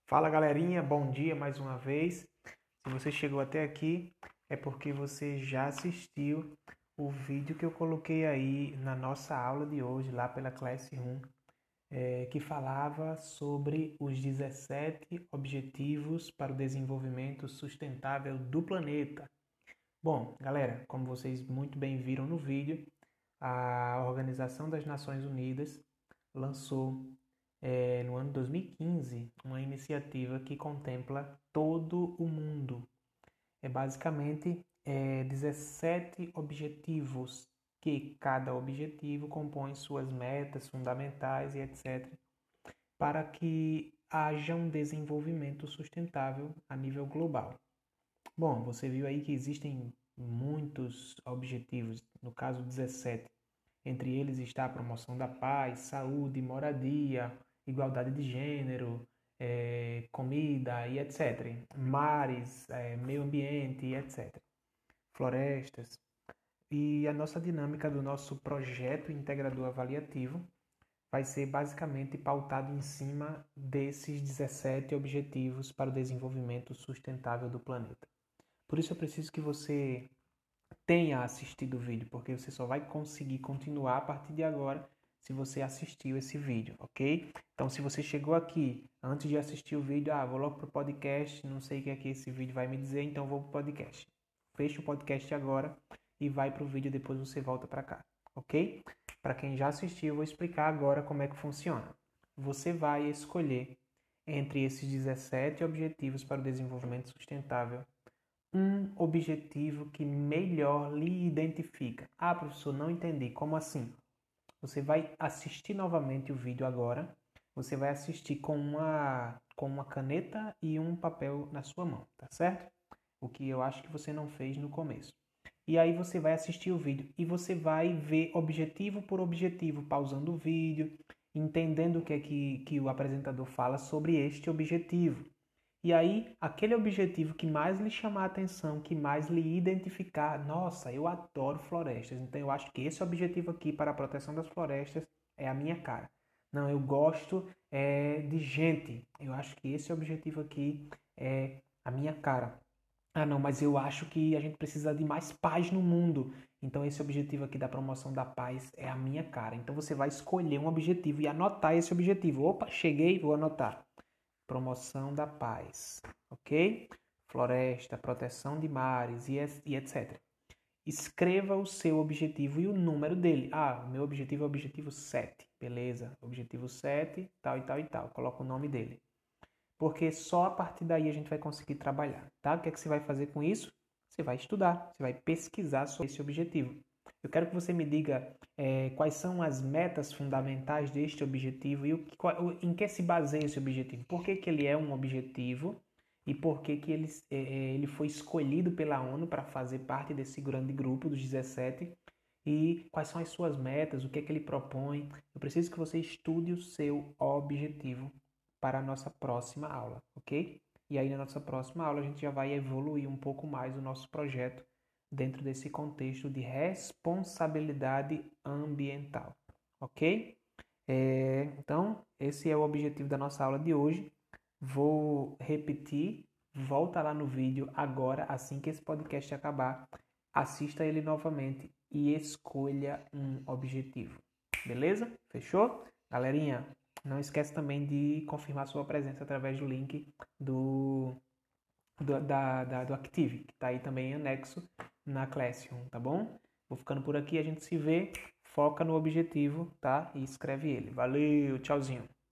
Fala galerinha, bom dia mais uma vez. Se você chegou até aqui, é porque você já assistiu o vídeo que eu coloquei aí na nossa aula de hoje, lá pela Classroom, que falava sobre os 17 Objetivos para o Desenvolvimento Sustentável do Planeta. Bom, galera, como vocês muito bem viram no vídeo, a Organização das Nações Unidas lançou no ano 2015, uma iniciativa que contempla todo o mundo. É basicamente 17 objetivos, que cada objetivo compõe suas metas fundamentais e etc., para que haja um desenvolvimento sustentável a nível global. Bom, você viu aí que existem muitos objetivos, no caso 17. Entre eles está a promoção da paz, saúde, moradia, igualdade de gênero, comida e etc. Mares, meio ambiente e etc. Florestas. E a nossa dinâmica do nosso projeto integrador avaliativo vai ser basicamente pautado em cima desses 17 objetivos para o desenvolvimento sustentável do planeta. Por isso eu preciso que você tenha assistido o vídeo, porque você só vai conseguir continuar a partir de agora se você assistiu esse vídeo, ok? Então, se você chegou aqui antes de assistir o vídeo, vou logo pro podcast, não sei o que é que esse vídeo vai me dizer, então vou pro podcast. Fecha o podcast agora e vai pro vídeo, depois você volta para cá, ok? Para quem já assistiu, eu vou explicar agora como é que funciona. Você vai escolher entre esses 17 objetivos para o desenvolvimento sustentável um objetivo que melhor lhe identifica. Professor, não entendi. Como assim? Você vai assistir novamente o vídeo agora. Você vai assistir com uma caneta e um papel na sua mão, tá certo? O que eu acho que você não fez no começo. E aí você vai assistir o vídeo e você vai ver objetivo por objetivo, pausando o vídeo, entendendo o que é que o apresentador fala sobre este objetivo. E aí, aquele objetivo que mais lhe chamar a atenção, que mais lhe identificar, nossa, eu adoro florestas, então eu acho que esse objetivo aqui para a proteção das florestas é a minha cara. Não, eu gosto de gente, eu acho que esse objetivo aqui é a minha cara. Não, mas eu acho que a gente precisa de mais paz no mundo. Então esse objetivo aqui da promoção da paz é a minha cara. Então você vai escolher um objetivo e anotar esse objetivo. Opa, cheguei, vou anotar. Promoção da paz, ok? Floresta, proteção de mares e etc. Escreva o seu objetivo e o número dele. O meu objetivo é o objetivo 7, beleza? Objetivo 7, tal e tal e tal. Coloca o nome dele. Porque só a partir daí a gente vai conseguir trabalhar, tá? O que é que você vai fazer com isso? Você vai estudar, você vai pesquisar sobre esse objetivo. Eu quero que você me diga quais são as metas fundamentais deste objetivo e em que se baseia esse objetivo. Por que ele é um objetivo e por que ele foi escolhido pela ONU para fazer parte desse grande grupo dos 17 e quais são as suas metas, o que é que ele propõe. Eu preciso que você estude o seu objetivo para a nossa próxima aula, ok? E aí na nossa próxima aula a gente já vai evoluir um pouco mais o nosso projeto dentro desse contexto de responsabilidade ambiental, ok? Então, esse é o objetivo da nossa aula de hoje. Vou repetir, volta lá no vídeo agora, assim que esse podcast acabar, assista ele novamente e escolha um objetivo. Beleza? Fechou? Galerinha, não esquece também de confirmar sua presença através do link do Active, que está aí também em anexo na Classroom, tá bom? Vou ficando por aqui, a gente se vê, foca no objetivo, tá? E escreve ele. Valeu, tchauzinho!